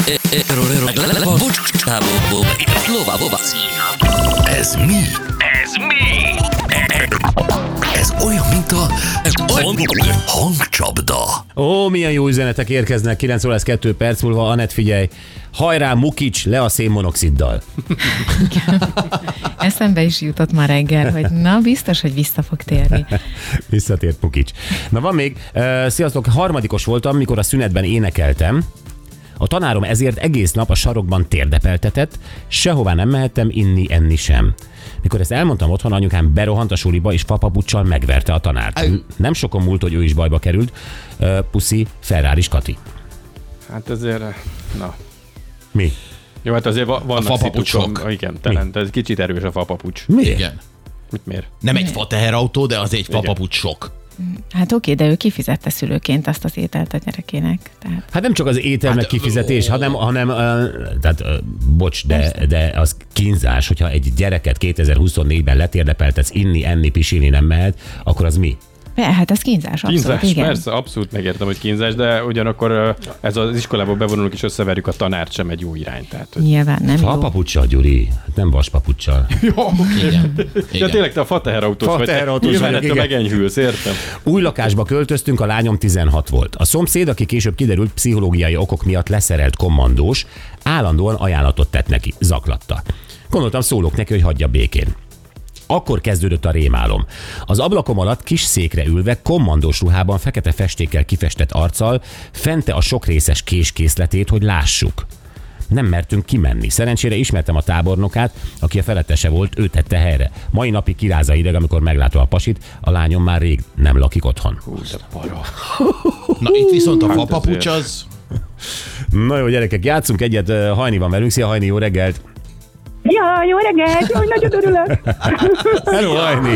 Ez mi? Ez mi? Ez olyan, mint a hangcsapda. Ó, milyen jó üzenetek érkeznek, 9 óra 2 perc múlva. Anett, figyelj, hajrá Mukics, le a szénmonoxiddal. Eszembe is jutott ma reggel, hogy na biztos, hogy vissza fog térni. Visszatért Mukics. Na van még, sziasztok, harmadikos voltam, mikor a szünetben énekeltem. A tanárom ezért egész nap a sarokban térdepeltetett, sehová nem mehettem inni, enni sem. Mikor ezt elmondtam otthon, anyukám berohant a suliba, és fapapuccsal megverte a tanárt. Nem sokon múlt, hogy ő is bajba került. Puszi, Ferraris Kati. Hát ezért, na. Mi? Jó, hát azért vannak fapapucsok. Igen, talán, ez kicsit erős a fapapucs. Mi? Igen. Miért? Nem egy fa teherautó, de az egy fapapucs sok. Hát oké, de ő kifizette szülőként azt az ételt a gyerekének. Tehát... Hát nem csak az ételnek kifizetés, hanem tehát, bocs, de az kínzás, hogyha egy gyereket 2024-ben letérdepeltetsz, inni, enni, pisilni nem mehet, akkor az mi? Hát ez kínzás, abszolút, Kínzás, igen. persze, abszolút megértem, hogy kínzás, de ugyanakkor ez az iskolába bevonulunk és összeverjük a tanárt sem egy jó irány. Tehát, hogy... Nyilván nem jó. Fapapuccsal, Gyuri, hát nem vaspapuccsal. Igen. Ja, tényleg te a fateherautós vagy. Nyilván ettől megenyhülsz, értem. Új lakásba költöztünk, a lányom 16 volt. A szomszéd, aki később kiderült pszichológiai okok miatt leszerelt kommandós, állandóan ajánlatot tett neki, zaklatta. Gondoltam, szólok neki, hogy hagyja békén. Akkor kezdődött a rémálom. Az ablakom alatt kis székre ülve, kommandós ruhában, fekete festékkel kifestett arccal, fente a sokrészes késkészletét, hogy lássuk. Nem mertünk kimenni. Szerencsére ismertem a tábornokát, aki a felettese volt, ő tette helyre. Mai napig kirázza ideg, amikor meglátom a pasit, a lányom már rég nem lakik otthon. Hú, de para. Na itt viszont a fapapucs az... Na jó, gyerekek, játszunk egyet, Hajni van velünk. Szia, Hajni, jó reggelt! Ja, jó reggelt, hogy nagyon örülök. Hello, Hajni!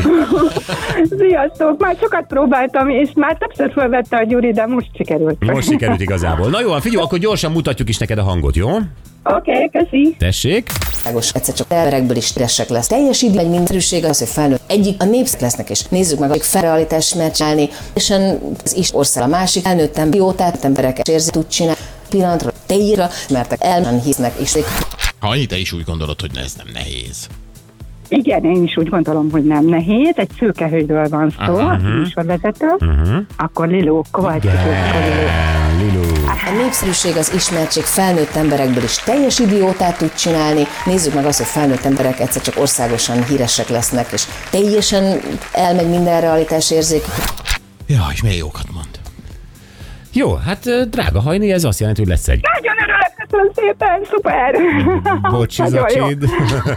Sziasztok, már sokat próbáltam, és már többször felvette a Gyuri, de most sikerült. Most sikerült igazából. Na jó, figyelj, akkor gyorsan mutatjuk is neked a hangot, jó? Oké, köszi. Tessék. Egyszer csak emberekből is stresek lesz. Teljes idő, egy mindenszerűség az, hogy felnőtt egyik a népszek lesznek, és nézzük meg, hogy felrealitást mert csinálni, és az is ország a másik felnőtt jótát embereket érzi, tud csinálni. Pillanatra, teírra, mertek el, hisznek is. Hajni, te is úgy gondolod, hogy ez nem nehéz. Igen, én is úgy gondolom, hogy nem nehéz. Egy szőkehölgyről van szó, műsorvezető. Akkor Liló, Kovács Liló. A népszerűség, az ismertség felnőtt emberekből is teljes idiótát tud csinálni. Nézzük meg azt, hogy felnőtt emberek egyszer csak országosan híresek lesznek, és teljesen elmegy minden realitás érzék. Ja, és milyen jókat mond. Jó, hát drága Hajni, ez azt jelenti, hogy lesz egy... Nagyon örülök, köszönöm szépen, szuper. Bocsi, Nagyon jó. zacsid.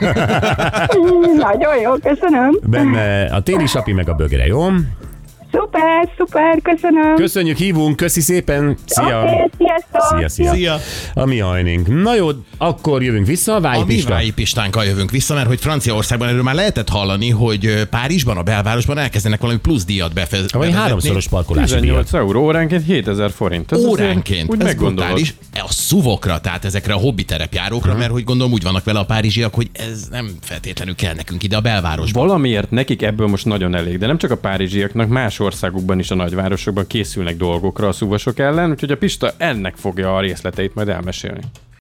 Nagyon jó, köszönöm. Benne a téli sapi meg a bögre, jó? Szuper, köszönöm. Köszönjük, hívunk, köszi szépen. Szia. Oké, sziasztok. Szia. Szia! A mi Hajnink. Na jó, akkor jövünk vissza, A Vályi mi Pista. Vályi Pistánkkal jövünk vissza, mert hogy Franciaországban erről már lehetett hallani, hogy Párizsban, a belvárosban elkezdenek valami plusz díjat Vagy 3-szoros parkolási 18 díjat. euró, óránként 7000 forint. Ez óránként. úgy Ez meggondolod. brutális. A szuvokra, tehát ezekre a hobbi terepjárókra, mert hogy gondolom úgy vannak vele a párizsiak, hogy ez nem feltétlenül kell nekünk ide a belvárosban. Valamiért nekik ebből most nagyon elég, de nem csak a párizsiaknak, más országokban is, a nagyvárosokban készülnek dolgokra a szuvasok ellen, úgyhogy a Pista ennek fogja a részleteit majd elmesélni.